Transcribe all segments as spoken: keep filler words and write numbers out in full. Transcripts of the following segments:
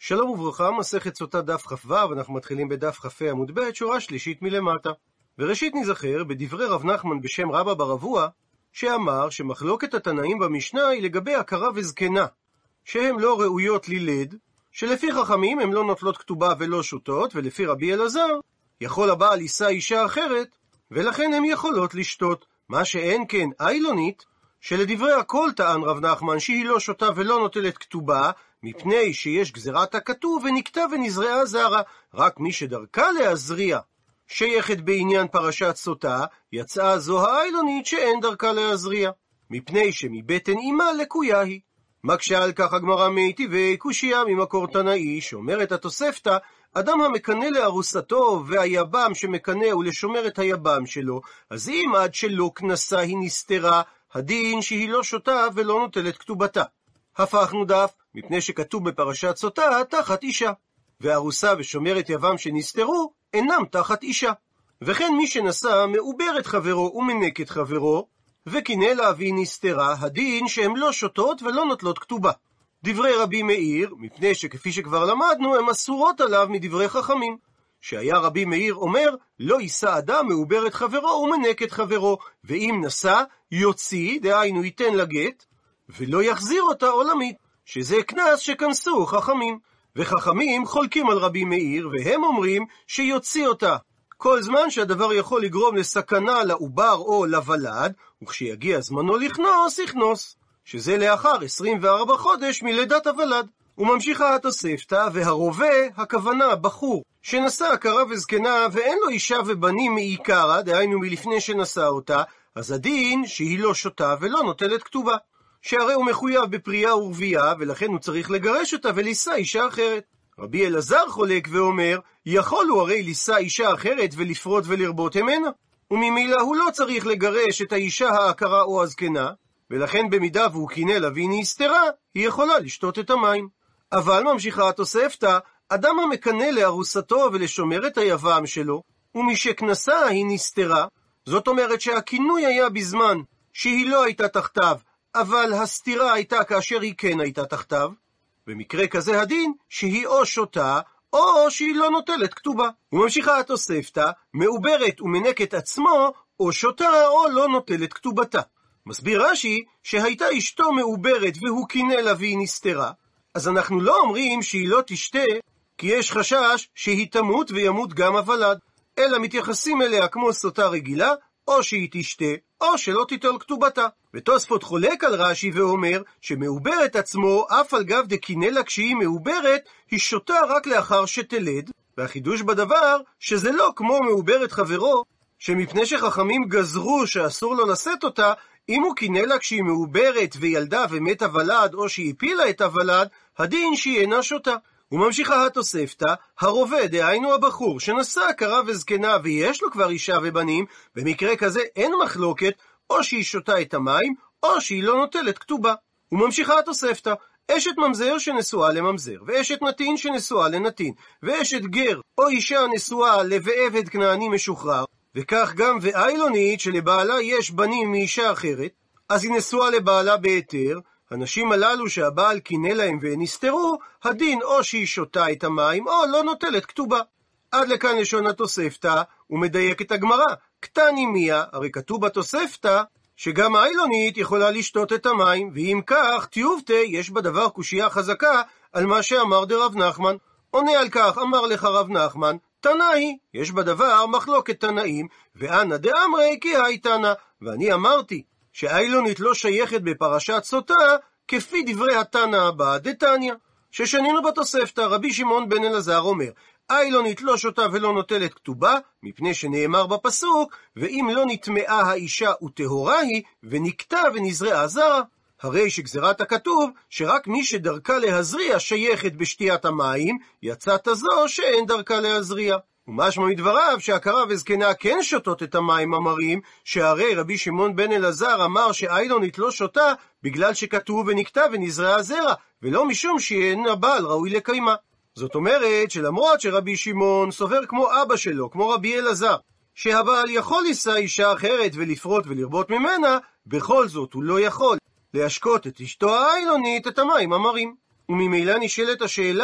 שלום וברכה, מסכת סוטה דף כ"ו, אנחנו מתחילים בדף כ"ה עמוד ב', שורה שלישית מלמטה. וראשית נזכר בדברי רב נחמן בשם רבא בר אבוה, שאמר שמחלוקת התנאים במשנה היא לגבי עקרה וזקנה, שהן לא ראויות לילד, שלפי חכמים הן לא נוטלות כתובה ולא שותות, ולפי רבי אלעזר יכול הבעל לישא אישה אחרת, ולכן הן יכולות לשתות. מה שאין כן איילונית, שלדברי הכל טען רב נחמן שהיא לא שותה ולא נוטלת כתובה, מפני שיש גזירת הכתוב ונקטה ונזרעה זרה. רק מי שדרכה להזריע שייכת בעניין פרשת סוטה, יצאה זו האיילונית שאין דרכה להזריע, מפני שמבטן אימה לקויה היא. מקשה על כך הגמרא מיטיבי קושיה ממקור תנאי, שאומרת התוספתא, אדם המקנה לארוסתו והיבם שמקנה ולשומר את היבם שלו, אז אם עד שלא כנסה היא נסתרה, הדין שהיא לא שותה ולא נוטלת כתובתה. הפכנו דף, מפני שכתוב בפרשת סוטה תחת אישה, והארוסה ושומרת יבם שנסתרו אינם תחת אישה. וכן מי שנשא מעובר את חברו ומנק את חברו, וקינא לה והיא נסתרה, הדין שהם לא שותות ולא נוטלות כתובה. דברי רבי מאיר, מפני שכפי שכבר למדנו, הם אסורות עליו מדברי חכמים. שהיה רבי מאיר אומר, לא יישא אדם מעובר את חברו ומנק את חברו, ואם נשא, יוציא, דהיינו ייתן לגט, ולא יחזיר אותה עולמית, שזה כנס שכנסו חכמים. וחכמים חולקים על רבי מאיר, והם אומרים שיוציא אותה כל זמן שהדבר יכול לגרום לסכנה לעובר או לוולד, וכשיגיע זמנו לכנוס, יכנוס, שזה לאחר עשרים וארבעה חודש מלידת הוולד. וממשיכה התוספתא, והרובה, הכוונה בחור שנשא עקרה וזקנה ואין לו אישה ובנים מעיקרא, דהיינו מלפני שנשא אותה, אז הדין שהיא לא שותה ולא נוטלת כתובה, שהרי הוא מחויב בפרייה ורבייה, ולכן הוא צריך לגרש אותה ולישא אישה אחרת. רבי אלעזר חולק ואומר, יכול הוא הרי לישא אישה אחרת ולפרוט ולרבות ממנה, וממילא הוא לא צריך לגרש את האישה העקרה או הזקנה, ולכן במידה והוא קינא לה והיא נסתרה, היא יכולה לשתות את המים. אבל ממשיכה התוספתא, אדם המקנא לארוסתו ולשומר את היבם שלו, ומשכנסה היא נסתרה, זאת אומרת שהכינוי היה בזמן שהיא לא הייתה תחתיו, אבל הסתירה הייתה כאשר היא כן הייתה תחתיו, במקרה כזה הדין שהיא או שותה או שהיא לא נוטלת כתובה. וממשיכה התוספתא, מעוברת ומנקת עצמו או שותה או לא נוטלת כתובתה. מסביר רש"י שהייתה אשתו מעוברת והוא קינא לה והיא נסתרה, אז אנחנו לא אומרים שהיא לא תשתה כי יש חשש שהיא תמות וימות גם הוולד, אלא מתייחסים אליה כמו סוטה רגילה, או שהיא תשתה או שלא תיטול כתובתה. ותוספות חולק על רש"י ואומר שמעוברת עצמו אף על גב דקינא לה כשהיא מעוברת, היא שותה רק לאחר שתלד, והחידוש בדבר שזה לא כמו מעוברת חברו, שמפני שחכמים גזרו שאסור לו לשאת אותה, אם הוא קינא לה כשהיא מעוברת וילדה ומת הוולד או שהיא הפילה את הוולד, הדין שהיא אינה שותה. וממשיכה התוספתא, הרובה, דהיינו הבחור שנשא עקרה וזקנה ויש לו כבר אישה ובנים, במקרה כזה אין מחלוקת, או שהיא שותה את המים או שהיא לא נוטלת כתובה. וממשיכה התוספתא, אשת ממזר שנשואה לממזר, ואשת נתין שנשואה לנתין, ואשת גר או אישה נשואה לעבד כנעני משוחרר, וכך גם ואיילונית שלבעלה יש בנים מאישה אחרת, אז היא נשואה לבעלה בהיתר. הנשים הללו שהבעל קינא להם ונסתרו, הדין או שהיא שותה את המים או לא נוטלת כתובה. עד לכאן לשון התוספתא, ומדייק את הגמרא, קטני מיה, הרי כתוב בתוספתא שגם האיילונית יכולה לשתות את המים, ואם כך תיובתא יש בדבר קושייה חזקה על מה שאמר דרב נחמן. עונה על כך אמר לך רב נחמן, תנאי, יש בדבר מחלוקת תנאים, ואנא דאמרי כי היי תנא, ואני אמרתי שהאיילונית לא שייכת בפרשת סוטה, כפי דברי התנא הבא דתניא, ששנינו בתוספתא. רבי שמעון בן אלעזר אומר, איילונית לא שותה ולא נוטלת כתובה, מפני שנאמר בפסוק, ואם לא נטמעה האישה וטהורה היא, ונקטה ונזרעה זרה. הרי שגזירת הכתוב, שרק מי שדרכה להזריע שייכת בשתיית המים, יצאת זו שאין דרכה להזריע. ומשמע מדבריו שעקרה וזקנה כן שותות את המים המרים, שהרי רבי שמעון בן אלעזר אמר שאיילונית לא שותה בגלל שכתוב ונקטה ונזרעה זרע, ולא משום שאין הבעל ראוי לקיימה. זאת אומרת שלמרות שרבי שמעון סובר כמו אבא שלו, כמו רבי אלעזר, שהבעל יכול לישא אישה אחרת ולפרוט ולרבות ממנה, בכל זאת הוא לא יכול להשקות את אשתו האיילונית את המים המרים. וממילא נשאלת השאלה,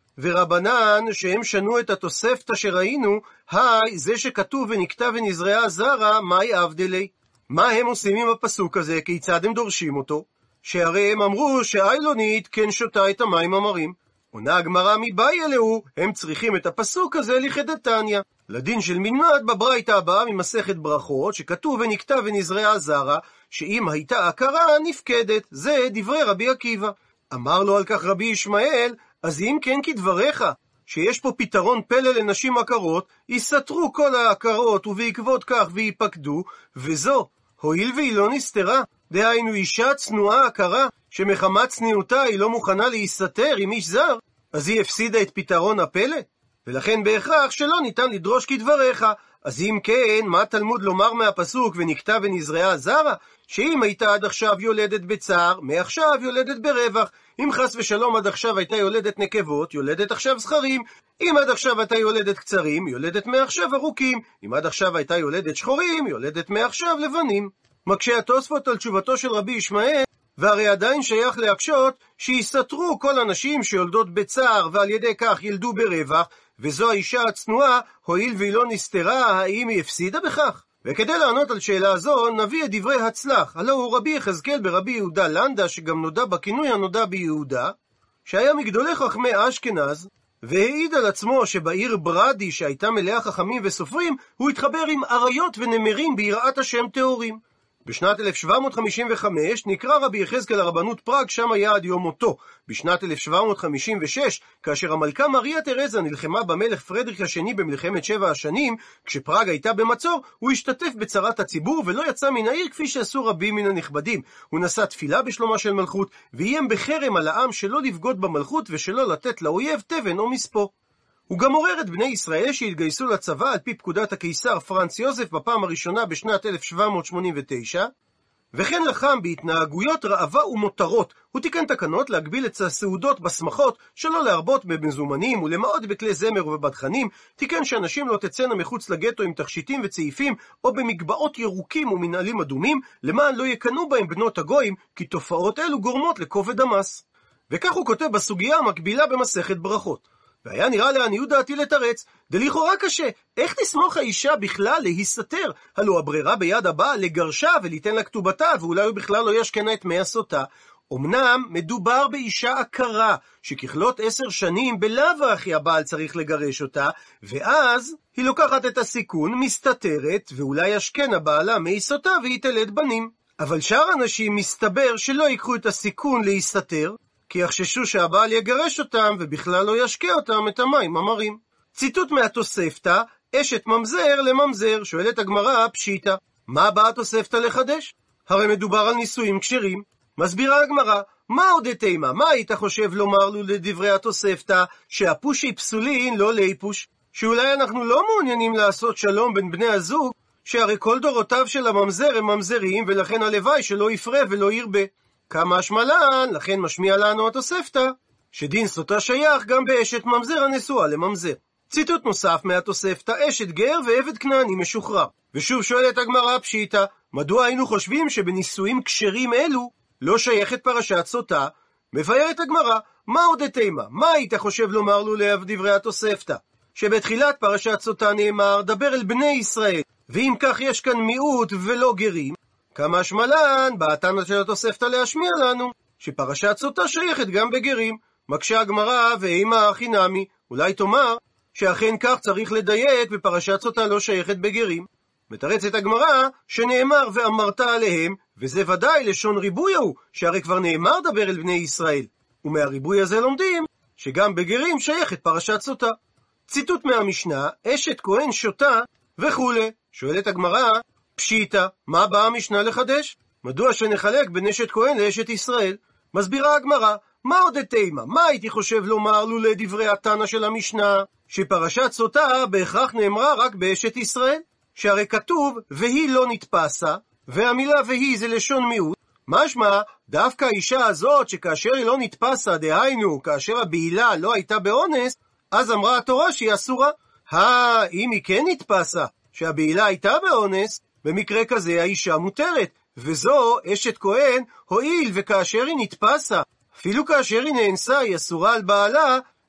ורבנן שהם שנו את התוספתא שראינו, היי, זה שכתוב ונקטע ונזרעה זרע, מהי אבדלי? מה הם עושים עם הפסוק הזה? כיצד הם דורשים אותו? שהרי הם אמרו שאיילונית כן שותה את המים המרים. עונה הגמרא מבאי אלהו, הם צריכים את הפסוק הזה לכדתניא. לדין של מלמד בברייתא הבאה ממסכת ברכות, שכתוב ונקטע ונזרעה זרע, שאם הייתה עקרה נפקדת. זה דברי רבי עקיבא. אמר לו על כך רבי ישמעאל, אז אם כן כדבריך, שיש פה פתרון פלא לנשים עקרות, יסתרו כל העקרות ובעקבות כך ויפקדו, וזו, הואיל והיא לא נסתרה, דהיינו אישה צנועה עקרה, שמחמת צניעותה היא לא מוכנה להיסתר עם איש זר, אז היא הפסידה את פתרון הפלא? ולכן בהכרח שלא ניתן לדרוש כדבריך. אז אם כן, מה תלמוד לומר מהפסוק ונקטע ונזרעה זרע? שאם הייתה עד עכשיו יולדת בצער, מעכשיו יולדת ברווח. אם חס ושלום עד עכשיו הייתה יולדת נקבות, יולדת עכשיו זכרים. אם עד עכשיו הייתה יולדת קצרים, יולדת מעכשיו ארוכים. אם עד עכשיו הייתה יולדת שחורים, יולדת מעכשיו לבנים. מקשה התוספות על תשובתו של רבי ישמעאל, והרי עדיין שייך להקשות שיסתרו כל הנשים שיולדות בצער ועל ידי כך ילדו ברווח, וזו האישה הצנועה, הואיל והיא לא נסתרה, האם היא הפסידה בכך? וכדי לענות על שאלה זו, נביא את דברי הצלח, הלא הוא רבי יחזקאל ברבי יהודה לנדה, שגם נודע בכינוי הנודע ביהודה, שהיה מגדולי חכמי אשכנז, והעיד על עצמו שבעיר ברדי, שהייתה מלאה חכמים וסופרים, הוא התחבר עם אריות ונמרים ביראת השם טהורים. בשנת אלף שבע מאות חמישים וחמש נקרא רבי יחזקאל לרבנות פראג, שם היה עד יום מותו. בשנת אלף שבע מאות חמישים ושש, כאשר המלכה מריה תרזה נלחמה במלך פרדריק השני במלחמת שבע השנים, כשפראג הייתה במצור, הוא השתתף בצרת הציבור ולא יצא מן העיר כפי שעשו רבים מן הנכבדים. הוא נשא תפילה בשלומה של מלכות, ואיים בחרם על העם שלא לבגוד במלכות ושלא לתת לאויב תבן או מספו. הוא גם עורר את בני ישראל שהתגייסו לצבא על פי פקודת הקיסר פרנץ יוזף בפעם הראשונה בשנת אלף שבע מאות שמונים ותשע, וכן לחם בהתנהגויות רעבה ומותרות. הוא תיקן תקנות להגביל את הסעודות בשמחות, שלא להרבות במזומנים ולמאות בכלי זמר ובדחנים, תיקן שאנשים לא תצאנה מחוץ לגטו עם תכשיטים וצעיפים או במגבעות ירוקים ומנהלים אדומים, למען לא יקנו בהם בנות הגויים, כי תופעות אלו גורמות לכובד המס. וכך הוא כותב בסוגיה המקבילה במסכת ברכות. והיה נראה לעניות דעתי לתרץ, דלכאורה קשה, איך תסמוך האישה בכלל להיסתר? הלא הברירה ביד הבעל לגרשה וליתן לה כתובתה, ואולי הוא בכלל לא ישכנה את מי הסוטה. אמנם מדובר באישה עקרה, שככלות עשר שנים בלאו הכי הבעל צריך לגרש אותה, ואז היא לוקחת את הסיכון, מסתתרת, ואולי ישכנה בעלה מי סוטה והיא תלד בנים. אבל שאר אנשים מסתבר שלא ייקחו את הסיכון להיסתר, כי יחששו שהבעל יגרש אותם ובכלל לא ישקה אותם את המים המרים. ציטוט מהתוספתא, אשת ממזר לממזר. שואלת הגמרא פשיטא, מה באה התוספתא לחדש? הרי מדובר על נישואים כשרים. מסבירה הגמרא, מה עוד תימה? מה היית חושב לומר לו לדברי התוספתא? שהפושי פסולין לא ליפוש, שאולי אנחנו לא מעוניינים לעשות שלום בין בני הזוג, שהרי כל דורותיו של הממזר הם ממזרים, ולכן הלוואי שלא יפרה ולא ירבה. כמה השמלן, לכן משמיע לנו התוספתא, שדין סוטה שייך גם באשת ממזר הנשואה לממזר. ציטוט נוסף מהתוספתא, אשת גר ועבד כנעני משוחרר. ושוב שואלת הגמרא פשיטא, מדוע היינו חושבים שבנישואים כשרים אלו לא שייכת פרשת סוטה? מבארת הגמרא, מה עוד תימה? מה היית חושב לומר לו לדברי התוספתא? שבתחילת פרשת סוטה נאמר, דבר אל בני ישראל, ואם כך יש כאן מיעוט ולא גרים, כמה השמלן, בעתן של התוספתא להשמיע לנו, שפרשת סוטה שייכת גם בגרים. מקשה הגמרא, ואימה הכי נמי, אולי תאמר, שאכן כך צריך לדייק, ופרשת סוטה לא שייכת בגרים. מתרצת הגמרא, שנאמר ואמרת עליהם, וזה ודאי לשון ריבוי הוא, שהרי כבר נאמר דבר אל בני ישראל. ומהריבוי הזה לומדים, שגם בגרים שייכת פרשת סוטה. ציטוט מהמשנה, אשת כהן שותה, וכו'. שואלת הגמרא, פשיטא, מה באה המשנה לחדש? מדוע שנחלק בין אשת כהן לאשת ישראל? מסבירה הגמרא, מה עוד תימה? מה הייתי חושב לומר לו לדברי התנא של המשנה? שפרשת סוטה בהכרח נאמרה רק באשת ישראל, שהרי כתוב והיא לא נתפסה, והמילה והיא זה לשון מיעוט. משמע, דווקא האישה הזאת שכאשר היא לא נתפסה, דהיינו כאשר הבעילה לא הייתה באונס, אז אמרה התורה שהיא אסורה. הא, אם היא כן נתפסה, שהבעילה הייתה באונס, במקרה כזה האישה מותרת, וזו אשת כהן, הועיל וכאשר היא נתפסה, אפילו כאשר היא נאנסה היא אסורה על בעלה,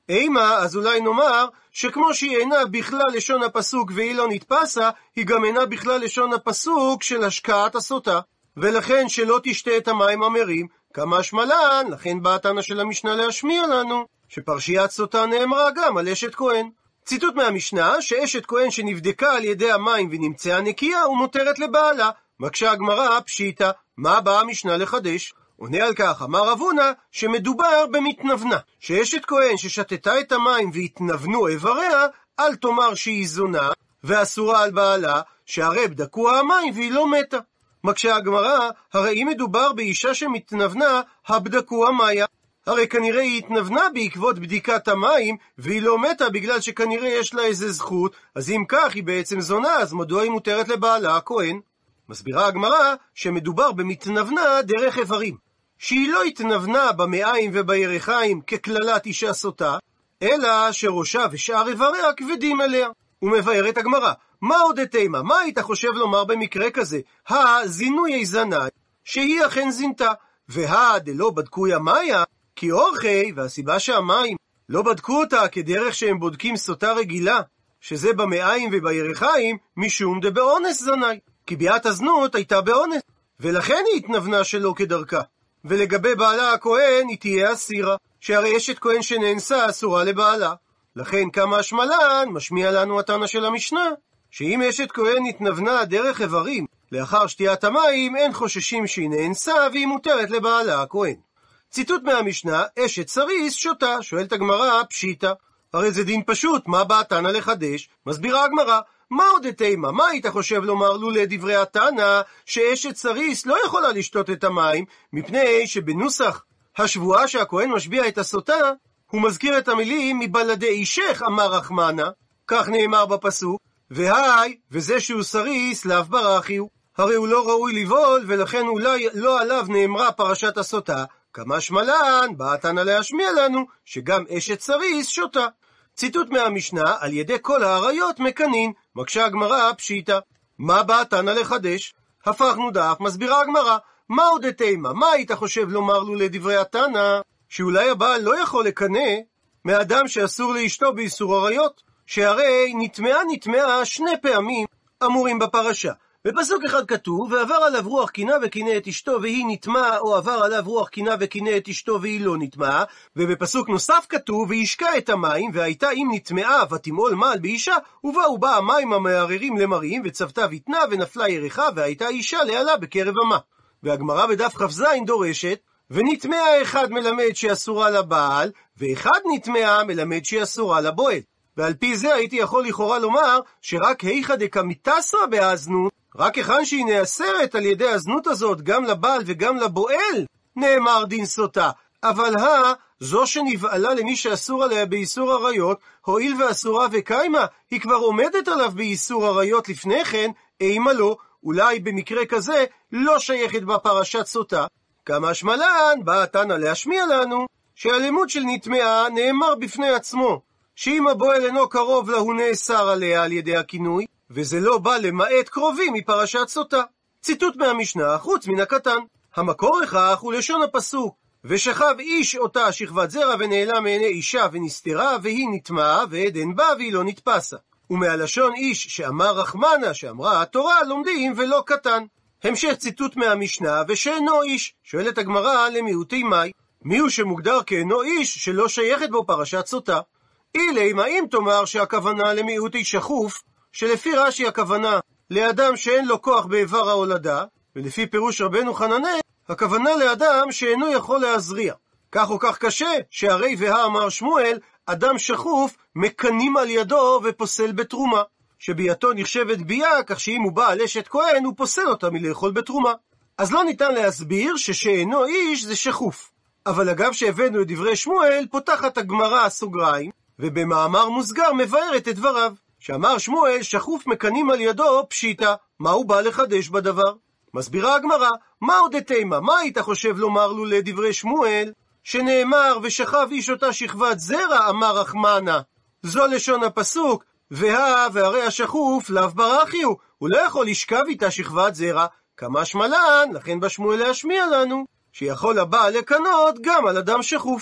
אימה, אז אולי נאמר שכמו שהיא אינה בכלל לשון הפסוק והיא לא נתפסה, היא גם אינה בכלל לשון הפסוק של השקעת הסוטה, ולכן שלא תשתה את המים המרים, כמה שמלן, לכן באה התנא של המשנה להשמיע לנו, שפרשיית סוטה נאמרה גם על אשת כהן. ציטוט מהמשנה, שאשת כהן שנבדקה על ידי המים ונמצאה נקייה ומותרת לבעלה. מקשה הגמרא פשיטא, מה באה המשנה לחדש? עונה על כך אמר רב הונא שמדובר במתנוונה, שאשת כהן ששתתה את המים והתנוונו איבריה, אל תאמר שהיא זונה ואסורה על בעלה, שהרי בדקו המים והיא לא מתה. מקשה הגמרא, הרי אם מדובר באישה שמתנוונה, הבדקו המיה, הרי כנראה היא התנוונה בעקבות בדיקת המים והיא לא מתה בגלל שכנראה יש לה איזה זכות, אז אם כך היא בעצם זונה, אז מדוע היא מותרת לבעלה הכהן? מסבירה הגמרא שמדובר במתנוונה דרך איברים, שהיא לא התנוונה במעיים ובירכיים ככללת אישה סוטה, אלא שראשה ושאר איבריה כבדים אליה. ומבארת הגמרא, מה עוד התימה? מה היית חושב לומר במקרה כזה? הזינוי זנה, שהיא אכן זינתה, והא דלא בדקו ימיה, כי אורחי, והסיבה שהמים לא בדקו אותה כדרך שהם בודקים סוטה רגילה, שזה במעיים ובירכיים, משום דבאונס זנאי, כי ביאת הזנות הייתה באונס, ולכן היא התנוונה שלא כדרכה. ולגבי בעלה הכהן היא תהיה אסירה, שהרי אשת כהן שנאנסה אסורה לבעלה. לכן כמה השמלן משמיע לנו התנא של המשנה, שאם אשת כהן התנוונה דרך איברים לאחר שתיית המים, אין חוששים שהיא נאנסה והיא מותרת לבעלה הכהן. ציטוט מהמשנה, אשת סריס שותה. שואלת הגמרא פשיטא, הרי זה דין פשוט, מה בא התנא לחדש? מסבירה הגמרא, מה עוד התימה? מה היית חושב לומר לולא דברי התנא שאשת סריס לא יכולה לשתות את המים, מפני שבנוסח השבועה שהכהן משביע את הסוטה הוא מזכיר את המילים מבלעדי אישך אמר רחמנה, כך נאמר בפסוק, והי וזה שהוא סריס לאו ברכי הוא, הרי הוא לא ראוי לבעול ולכן אולי לא עליו נאמרה פרשת הסוטה. כמה שמלן בא התנא להשמיע לנו שגם אשת סריס שותה. ציטוט מהמשנה, על ידי כל העריות מקנין. מקשה הגמרא פשיטא, מה בא התנא לחדש? הפכנו דף. מסבירה הגמרא, מה עוד התימה? מה היית חושב לומר לו לדברי התנא שאולי הבעל לא יכול לקנא מאדם שאסור לאשתו באיסור עריות, שהרי נטמעה נטמעה שני פעמים אמורים בפרשה. בפסוק אחד כתוב, ועבר עליו רוח קינה וקינא את אשתו והיא נטמעה, או עבר עליו רוח קינה וקינא את אשתו והיא לא נטמעה. ובפסוק נוסף כתוב, והשקע את המים, והייתה אם נטמעה ותמעול מעל באישה, ובאו בה המים המערערים למרים, וצבתה ויתנה ונפלה ירחה, והייתה אישה לעלה בקרב המה. והגמרא בדף כ"ז דורשת, ונטמעה אחד מלמד שאסורה לבעל, ואחד נטמעה מלמד שאסורה לבועל. ועל פי זה הייתי יכול לכאורה לומר שרק היכא דקמיתסרא בהזנות, רק היכן שהיא נאסרת על ידי הזנות הזאת גם לבעל וגם לבועל, נאמר דין סוטה. אבל הא, זו שנבעלה למי שאסור עליה באיסור עריות, הואיל ואסורה וקיימה, היא כבר עומדת עליו באיסור עריות לפני כן, אימה לא, אולי במקרה כזה לא שייכת בפרשת סוטה. כמה שמלן בא התנא להשמיע לנו שהלימוד של נטמעה נאמר בפני עצמו, שאם הבועל אינו קרוב לה הוא נאסר עליה על ידי הכינוי, וזה לא בא למעט קרובים מפרשת סוטה. ציטוט מהמשנה, חוץ מן הקטן. המקור לכך הוא לשון הפסוק, ושכב איש אותה שכבת זרע ונעלם מעיני אישה ונסתרה והיא נטמעה ועדן בה והיא לא נתפסה. ומהלשון איש שאמר רחמנה שאמרה התורה לומדים ולא קטן. המשך ציטוט מהמשנה, ושאינו איש. שואלת הגמרא למיעוטי מאי, מיהו שמוגדר כאינו איש שלא שייכת בו פרשת סוטה? אילי, מה אם תאמר שהכוונה למיעוטי שחוף, שלפי רש"י הכוונה לאדם שאין לו כוח באיבר ההולדה, ולפי פירוש רבנו חננאל הכוונה לאדם שאינו יכול להזריע. כך או כך קשה, שהרי והא אמר שמואל, אדם שחוף מקנים על ידו ופוסל בתרומה, שביתו נחשבת בייה, כך שאם הוא בא על אשת כהן הוא פוסל אותה מלאכול בתרומה. אז לא ניתן להסביר ששאינו איש זה שחוף. אבל אגב שהבאנו את דברי שמואל, פותחת הגמרא סוגריים, ובמאמר מוסגר מבארת את דבריו, שאמר שמואל שחוף מקנים על ידו פשיטא, מה הוא בא לחדש בדבר? מסבירה הגמרא, מה עוד התימה? מה היית חושב לומר לו לדברי שמואל שנאמר ושכב איש אותה שכבת זרע אמר רחמנה? זו לשון הפסוק, והא והרי השחוף לאו ברכי הוא, הוא לא יכול לשכב איתה שכבת זרע. כמה שמלן, לכן בשמואל להשמיע לנו שיכול הבעל לקנות גם על אדם שחוף.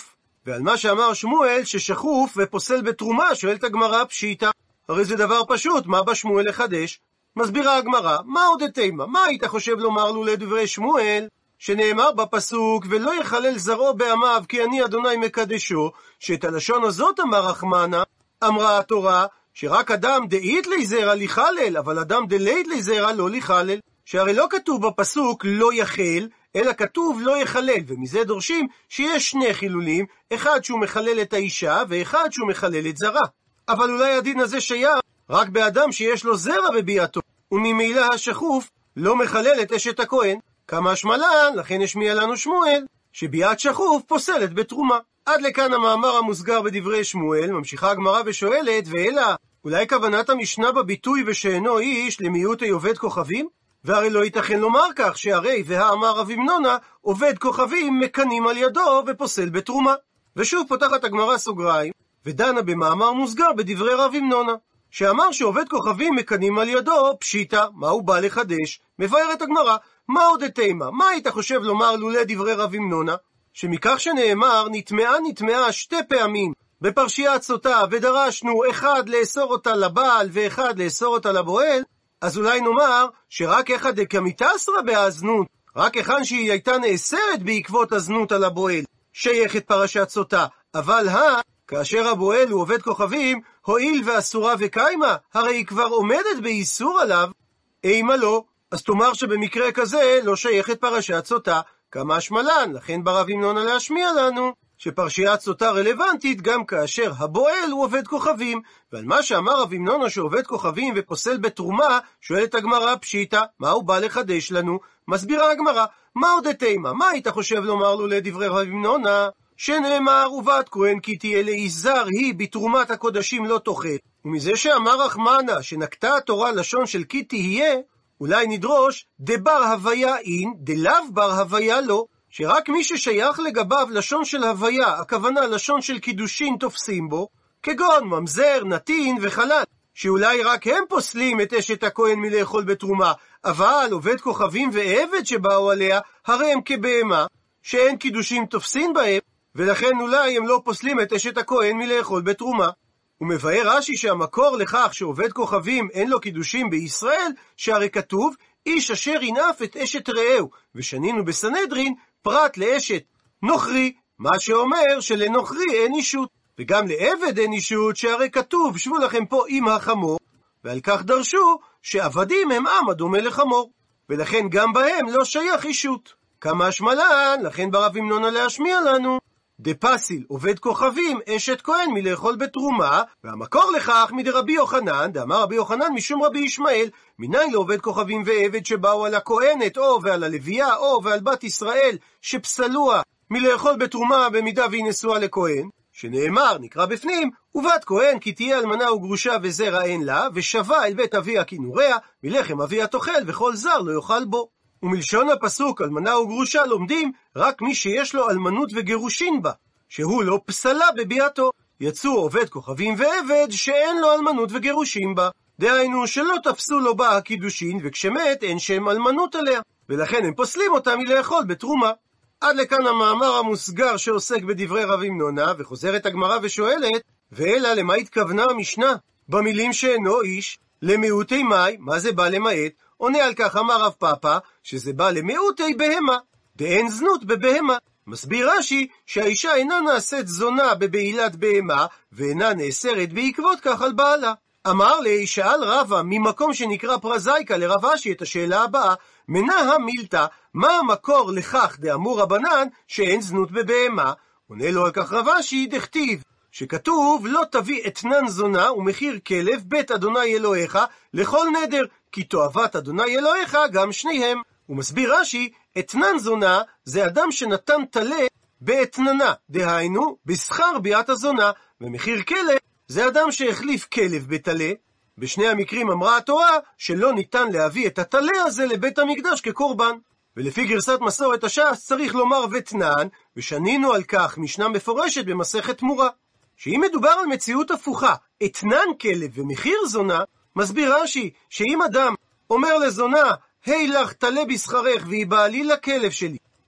ועל מה שאמר שמואל ששחוף ופוסל בתרומה, שואלת הגמרא פשיטא. הרי זה דבר פשוט, מה בא שמואל לחדש? מסבירה הגמרא, מה עוד תימה? מה היית חושב לומר לו לדברי שמואל? שנאמר בפסוק, ולא יחלל זרעו בעמיו כי אני אדוני מקדשו, שאת הלשון הזאת אמר רחמנה, אמרה התורה, שרק אדם דאית לי זרע ליחלל, אבל אדם דלית לי זרע לא ליחלל. שהרי לא כתוב בפסוק לא יחל, אלא כתוב לא יחלל, ומזה דורשים שיש שני חילולים, אחד שהוא מחלל את האישה, ואחד שהוא מחלל את זרע. אבל אולי הדין הזה שייך רק באדם שיש לו זרע בביאתו, וממילא השחוף לא מחלל את אשת הכהן. כמה שמלן, לכן השמיע לנו שמואל, שביאת שחוף פוסלת בתרומה. עד לכאן המאמר המוסגר בדברי שמואל. ממשיכה הגמרא ושואלת, ואלא, אולי כוונת המשנה בביטוי ושאינו איש למיעוטי עובד כוכבים? והרי לא ייתכן לומר כך, שהרי והאמר רב אמנונה עובד כוכבים מקנים על ידו ופוסל בתרומה. ושוב פותחת הגמרא סוגריים ודנה במאמר מוסגר בדברי רב אמנונה, שאמר שעובד כוכבים מקנים על ידו פשיטא. מה הוא בא לחדש? מבארת הגמרא, מה עוד תימה? מה היית חושב לומר לולא דברי רב אמנונה? שמכך שנאמר נטמעה נטמעה שתי פעמים בפרשיית סוטה, ודרשנו אחד לאסור אותה לבעל ואחד לאסור אותה לבועל, אז אולי נאמר שרק אחד דקמיתסרא בהזנות, רק אחד שהיא הייתה נאסרת בעקבות הזנות על הבועל, שייכת פרשת סוטה. אבל הא, כאשר הבועל הוא עובד כוכבים, הועיל ואסורה וקיימה, הרי היא כבר עומדת באיסור עליו, אימה לא, אז תאמר שבמקרה כזה לא שייכת פרשת סוטה. כמה שמלן, לכן ברב אמנונה להשמיע לנו שפרשיית סוטה רלוונטית גם כאשר הבועל הוא עובד כוכבים. ועל מה שאמר רב אמנונה שעובד כוכבים ופוסל בתרומה, שואלת הגמרא פשיטא, מה הוא בא לחדש לנו? מסבירה הגמרא, מה עוד תימה? מה היית חושב לומר לו לדברי רב אמנונה? שנאמר ובת כהן כי תהיה לאיש זר היא בתרומת הקודשים לא תאכל. ומזה שאמר רחמנה שנקטה התורה לשון של כי תהיה, אולי נדרוש דבר הוויה אין, דלאו בר הוויה לא, שרק מי ששייך לגביו לשון של הוויה, הכוונה לשון של קידושין תופסים בו, כגון ממזר, נתין וחלל, שאולי רק הם פוסלים את אשת הכהן מלאכול בתרומה, אבל עובד כוכבים ועבד שבאו עליה, הרי הם כבהמה, שאין קידושין תופסין בהם, ולכן אולי הם לא פוסלים את אשת הכהן מלאכול בתרומה. ומבאר רש"י שהמקור לכך שעובד כוכבים אין לו קידושים בישראל, שהרי כתוב איש אשר ינאף את אשת רעהו, ושנינו בסנהדרין פרט לאשת נוכרי, מה שאומר שלנוכרי אין אישות, וגם לעבד אין אישות, שהרי כתוב שבו לכם פה עם החמור, ועל כך דרשו שעבדים הם עם הדומה לחמור, ולכן גם בהם לא שייך אישות. כמה שמלן, לכן ברב אמנונה להשמיע לנו דפסיל עובד כוכבים אשת כהן מלאכול בתרומה, והמקור לכך מדרבי יוחנן, דאמר רבי יוחנן משום רבי ישמעאל, מניין לעובד כוכבים ועבד שבאו על הכהנת או ועל הלוויה או ועל בת ישראל שפסלוה מלאכול בתרומה במידה והיא נשואה לכהן, שנאמר נקרא בפנים ובת כהן כי תהיה אלמנה וגרושה וזרע אין לה, ושבה אל בית אביה כנוריה, מלחם אביה תאכל וכל זר לא יאכל בו. ומלשון הפסוק אלמנה וגרושה לומדים רק מי שיש לו אלמנות וגירושין בה, שהוא לא פסלה בביאתו. יצאו עובד כוכבים ועבד שאין לו אלמנות וגירושין בה, דהיינו שלא תפסו לו בה הקידושין, וכשמת אין שם אלמנות עליה, ולכן הם פוסלים אותה מלאכול בתרומה. עד לכאן המאמר המוסגר שעוסק בדברי רב אמנונה, וחוזרת הגמרא ושואלת, ואלא למה התכוונה המשנה במילים שאינו איש למיעוטי מאי? מה זה בא למעט? עונה על כך אמר רב פאפא שזה בא למיעוטי בהמה, דאין זנות בבהמה. מסביר רש"י שהאישה אינה נעשית זונה בבעילת בהמה, ואינה נאסרת בעקבות כך על בעלה. אמר לי, שאל רבא ממקום שנקרא פרזייקה לרב אשי את השאלה הבאה, מנהה מילתא, מה המקור לכך דאמור רבנן שאין זנות בבהמה? עונה לו על כך רב אשי דכתיב שכתוב לא תביא אתנן זונה ומחיר כלב בית אדוני אלוהיך לכל נדר, כי תועבת אדוני אלוהיך גם שניהם. הוא מסביר רש"י, אתנן זונה זה אדם שנתן תלה באתננה, דהיינו בשכר ביאת הזונה, ומחיר כלב זה אדם שהחליף כלב בתלה. בשני המקרים אמרה התורה שלא ניתן להביא את התלה הזה לבית המקדש כקורבן, ולפי גרסת מסורת הש"ס צריך לומר ותנן, ושנינו על כך משנה מפורשת במסכת תמורה. שאם מדובר על מציאות הפוכה, אתנן כלב ומחיר זונה, מסביר רש"י שאם אדם אומר לזונה, היי לך תלה בשכרך והיא בעלי לכלב שלי,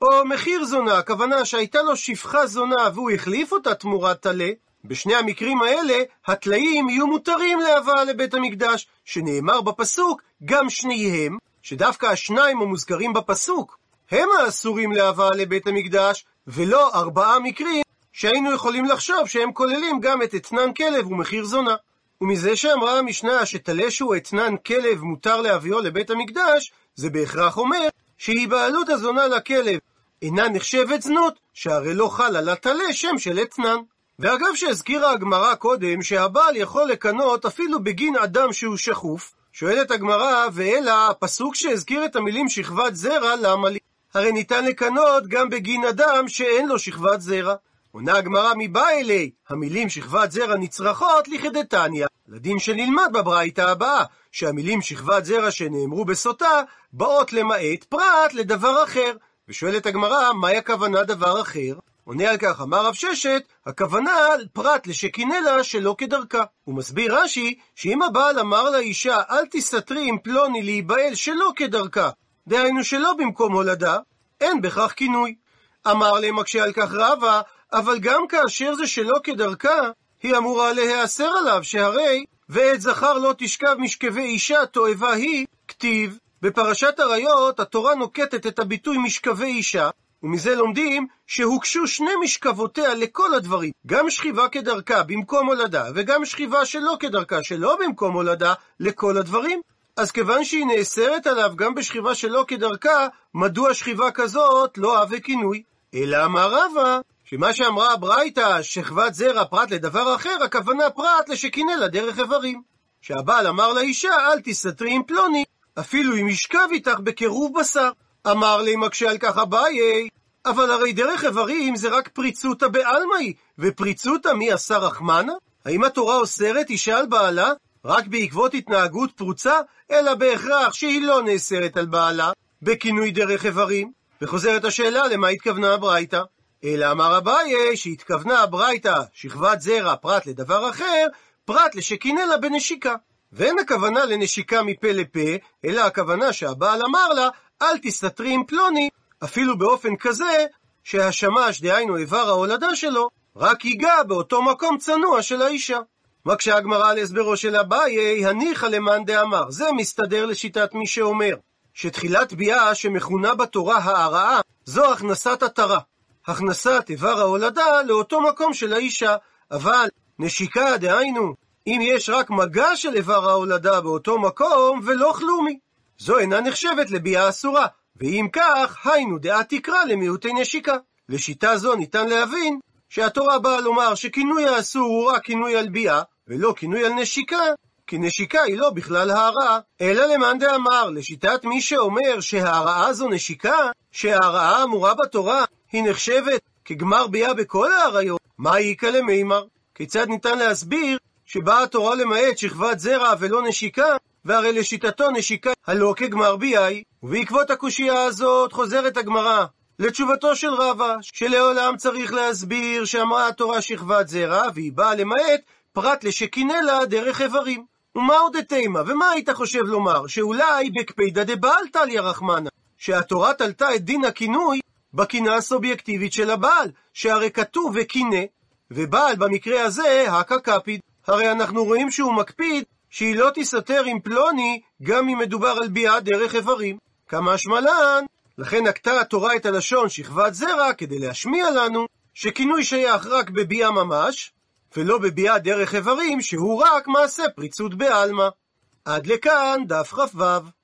או מחיר זונה, הכוונה שהייתה לו שפחה זונה והוא החליף אותה תמורת טלה, בשני המקרים האלה הטלאים יהיו מותרים להבאה לבית המקדש, שנאמר בפסוק גם שניהם, שדווקא השניים המוזכרים בפסוק הם האסורים להבאה לבית המקדש, ולא ארבעה מקרים שהיינו יכולים לחשוב שהם כוללים גם את אתנן כלב ומחיר זונה. ומזה שאמרה המשנה שטלה שהוא אתנן כלב מותר להביאו לבית המקדש, זה בהכרח אומר שהיא בעלות הזונה לכלב אינה נחשבת זנות, שהרי לא חל על הטלה שם של אתנן. ואגב שהזכירה הגמרא קודם שהבעל יכול לקנות אפילו בגין אדם שהוא שחוף, שואלת הגמרא, ואלא הפסוק שהזכיר את המילים שכבת זרע למה לי? הרי ניתן לקנות גם בגין אדם שאין לו שכבת זרע. עונה הגמרא, מבא אלי, המילים שכבת זרע נצרכות לכדתניא, לדין שנלמד בברייתא הבאה, שהמילים שכבת זרע שנאמרו בסוטה באות למעט פרט לדבר אחר. ושואלת הגמרא, מהי הכוונה דבר אחר? עונה על כך, אמר רב ששת, הכוונה פרט לשכינלה שלא כדרכה. הוא מסביר רש"י שאם הבעל אמר לאישה אל תסתתרי עם פלוני להיבעל שלא כדרכה, דהיינו שלא במקום הולדה, אין בכך כינוי. אמר להם מקשה על כך רבא, אבל גם כאשר זה שלא כדרכה, היא אמורה להיאסר עליו, שהרי ועת זכר לא תשכב משכבי אישה תועבה היא, כתיב. בפרשת עריות התורה נוקטת את הביטוי משכבי אישה, ומזה לומדים שהוקשו שני משכבותיה לכל הדברים, גם שכיבה כדרכה במקום הולדה, וגם שכיבה שלא כדרכה שלא במקום הולדה לכל הדברים. אז כיוון שהיא נאסרת עליו גם בשכיבה שלא כדרכה, מדוע שכיבה כזאת לא הווה כינוי? אלא אמר רבא, שמה שאמרה הברייתא שכבת זרע פרט לדבר אחר, הכוונה פרט לשכינלה דרך איברים. שהבעל אמר לאישה אל תסתתרי עם פלוני אפילו אם ישכב איתך בקירוב בשר. אמר לי מקשה על כך אביי, אבל הרי דרך איברים זה רק פריצותא בעלמאי, ופריצותא מי עשה רחמנה? האם התורה אוסרת אישה על בעלה רק בעקבות התנהגות פרוצה, אלא בהכרח שהיא לא נאסרת על בעלה בכינוי דרך איברים? וחוזרת השאלה למה התכוונה הברייתא. אלא אמר אביי שהתכוונה הברייתא שכבת זרע פרט לדבר אחר, פרט לשכינלה בנשיקה. ואין הכוונה לנשיקה מפה לפה, אלא הכוונה שהבעל אמר לה אל תסתתרי עם פלוני, אפילו באופן כזה שהשמש, דהיינו איבר ההולדה שלו, רק ייגע באותו מקום צנוע של האישה. מקשה הגמרא על הסברו של אביי, הניחא למאן דאמר, זה מסתדר לשיטת מי שאומר שתחילת ביאה שמכונה בתורה ההרעה זו הכנסת התרה, הכנסת איבר ההולדה לאותו מקום של האישה, אבל נשיקה, דהיינו אם יש רק מגע של איבר ההולדה באותו מקום ולא כלומי, זו אינה נחשבת לביאה אסורה, ואם כך היינו דעה תקרא למיעוטי נשיקה. לשיטה זו ניתן להבין שהתורה באה לומר שכינוי האסור הוא רק כינוי על ביאה ולא כינוי על נשיקה, כי נשיקה היא לא בכלל הערעה. אלא למאן דאמר, לשיטת מי שאומר שההרעה זו נשיקה, שההרעה האמורה בתורה היא נחשבת כגמר ביאה בכל העריות, מה יקא למימר? כיצד ניתן להסביר שבאה התורה למעט שכבת זרע ולא נשיקה, והרי לשיטתו נשיקה הלא כגמר ביאה היא? ובעקבות הקושייה הזאת חוזרת הגמרא לתשובתו של רבא, שלעולם צריך להסביר שאמרה התורה שכבת זרע והיא באה למעט פרט לשכינלה דרך איברים. ומה עוד תימה, ומה היית חושב לומר? שאולי בקפידא דבעל תליא רחמנה, שהתורה תלתה את דין הכינוי בקינה הסובייקטיבית של הבעל, שהרי כתוב וקינא, ובעל במקרה הזה הקא קפיד. הרי אנחנו רואים שהוא מקפיד שהיא לא תסתתר עם פלוני גם אם מדובר על ביאה דרך איברים. כמה שמלן, לכן נקטה התורה את הלשון שכבת זרע כדי להשמיע לנו שכינוי שייך רק בביאה ממש, ולא בביאה דרך איברים שהוא רק מעשה פריצות בעלמא. עד לכאן דף כ"ו.